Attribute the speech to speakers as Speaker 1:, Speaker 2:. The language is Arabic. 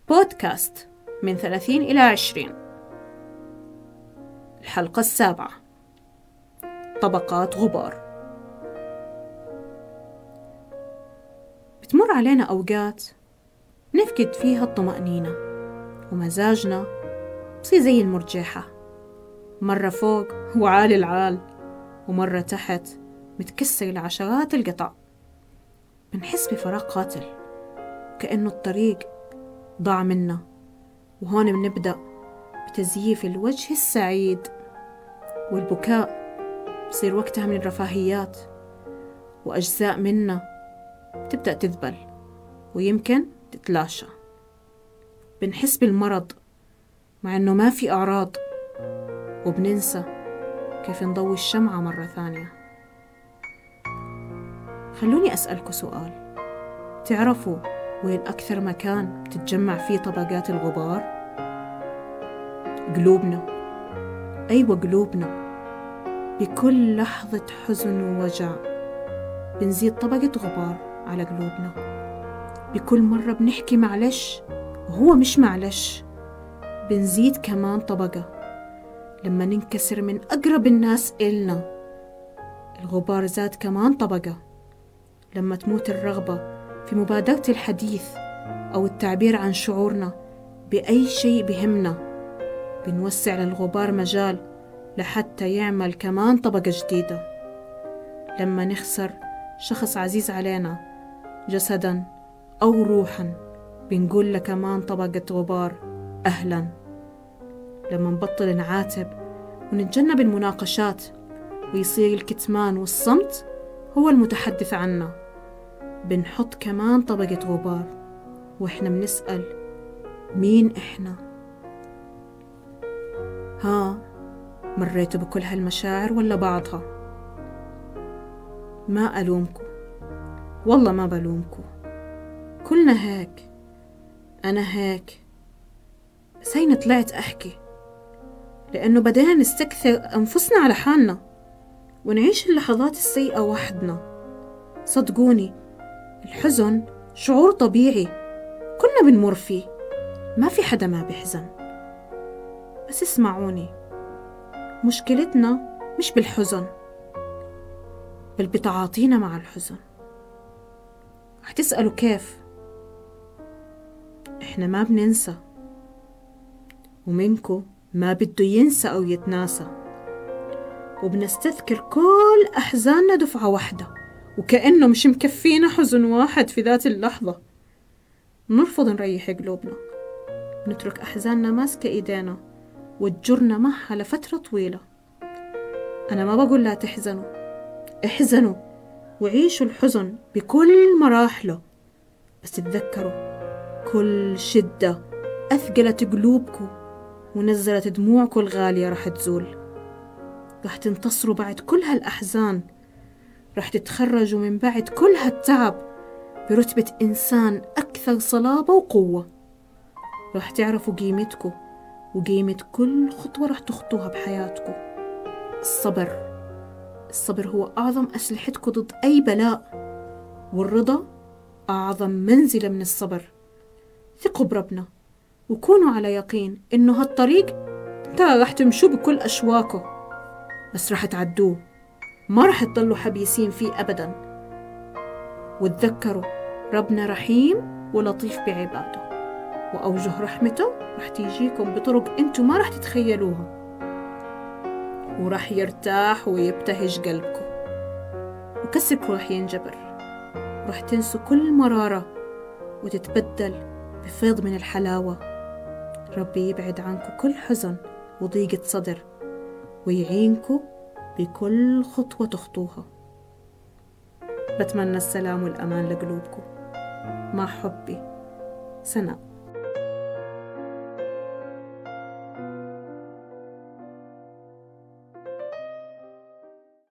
Speaker 1: بودكاست من 30 إلى 20. الحلقة 7. طبقات غبار. بتمر علينا أوقات نفقد فيها الطمأنينة ومزاجنا بصير زي المرجحة، مرة فوق وعالي العال ومرة تحت متكسر لعشرات القطع. بنحس بفراغ قاتل كأنه الطريق ضاع منا، وهون بنبدأ بتزييف الوجه السعيد، والبكاء بصير وقتها من الرفاهيات، وأجزاء منا تبدأ تذبل ويمكن تتلاشى. بنحس بالمرض مع أنه ما في أعراض، وبننسى كيف نضوي الشمعة مرة ثانية. خلوني أسألكوا سؤال، تعرفوا وين أكثر مكان بتتجمع فيه طبقات الغبار؟ قلوبنا. أيوة قلوبنا. بكل لحظة حزن ووجع بنزيد طبقة غبار على قلوبنا. بكل مرة بنحكي معلش وهو مش معلش بنزيد كمان طبقة. لما ننكسر من أقرب الناس إلنا الغبار زاد كمان طبقة. لما تموت الرغبة في مبادرة الحديث أو التعبير عن شعورنا بأي شيء بهمنا بنوسع للغبار مجال لحتى يعمل كمان طبقة جديدة. لما نخسر شخص عزيز علينا جسدا أو روحا بنقول له كمان طبقة غبار أهلا. لما نبطل نعاتب ونتجنب المناقشات ويصير الكتمان والصمت هو المتحدث عنا بنحط كمان طبقة غبار، وإحنا بنسأل مين إحنا؟ ها، مريتوا بكل هالمشاعر ولا بعضها؟ ما ألومكم، والله ما بلومكم، كلنا هيك، أنا هيك، بس هيني طلعت أحكي لأنه بدينا نستكثر أنفسنا على حالنا ونعيش اللحظات السيئة وحدنا. صدقوني الحزن شعور طبيعي كلنا بنمر فيه، ما في حدا ما بيحزن. بس اسمعوني، مشكلتنا مش بالحزن بل بتعاطينا مع الحزن. هتسألوا كيف؟ احنا ما بننسى، ومنكو ما بده ينسى أو يتناسى، وبنستذكر كل أحزاننا دفعة واحدة وكأنه مش مكفينا حزن واحد في ذات اللحظة. نرفض نريح قلوبنا، نترك أحزاننا ماسكة إيدينا وتجرنا معها لفترة طويلة. أنا ما بقول لا تحزنوا، احزنوا وعيشوا الحزن بكل مراحله، بس تذكروا كل شدة أثقلت قلوبكم ونزلت دموعكم الغالية رح تزول. رح تنتصروا بعد كل هالأحزان، رح تتخرجوا من بعد كل هالتعب برتبة إنسان أكثر صلابة وقوة. رح تعرفوا قيمتكم وقيمة كل خطوة رح تخطوها بحياتكم. الصبر هو أعظم أسلحتكم ضد أي بلاء، والرضا أعظم منزلة من الصبر. ثقوا بربنا وكونوا على يقين إنه هالطريق ترى رح تمشوا بكل أشواكه، بس رح تعدوه، ما رح تضلوا حبيسين فيه أبدا. وتذكروا ربنا رحيم ولطيف بعباده، وأوجه رحمته رح تيجيكم بطرق انتوا ما رح تتخيلوها، ورح يرتاح ويبتهج قلبكم، وكسركم رح ينجبر، ورح تنسوا كل مرارة وتتبدل بفيض من الحلاوة. ربي يبعد عنكم كل حزن وضيقة صدر ويعينكم بكل خطوة تخطوها. بتمنى السلام والأمان لقلوبكم. مع حبي، سناء.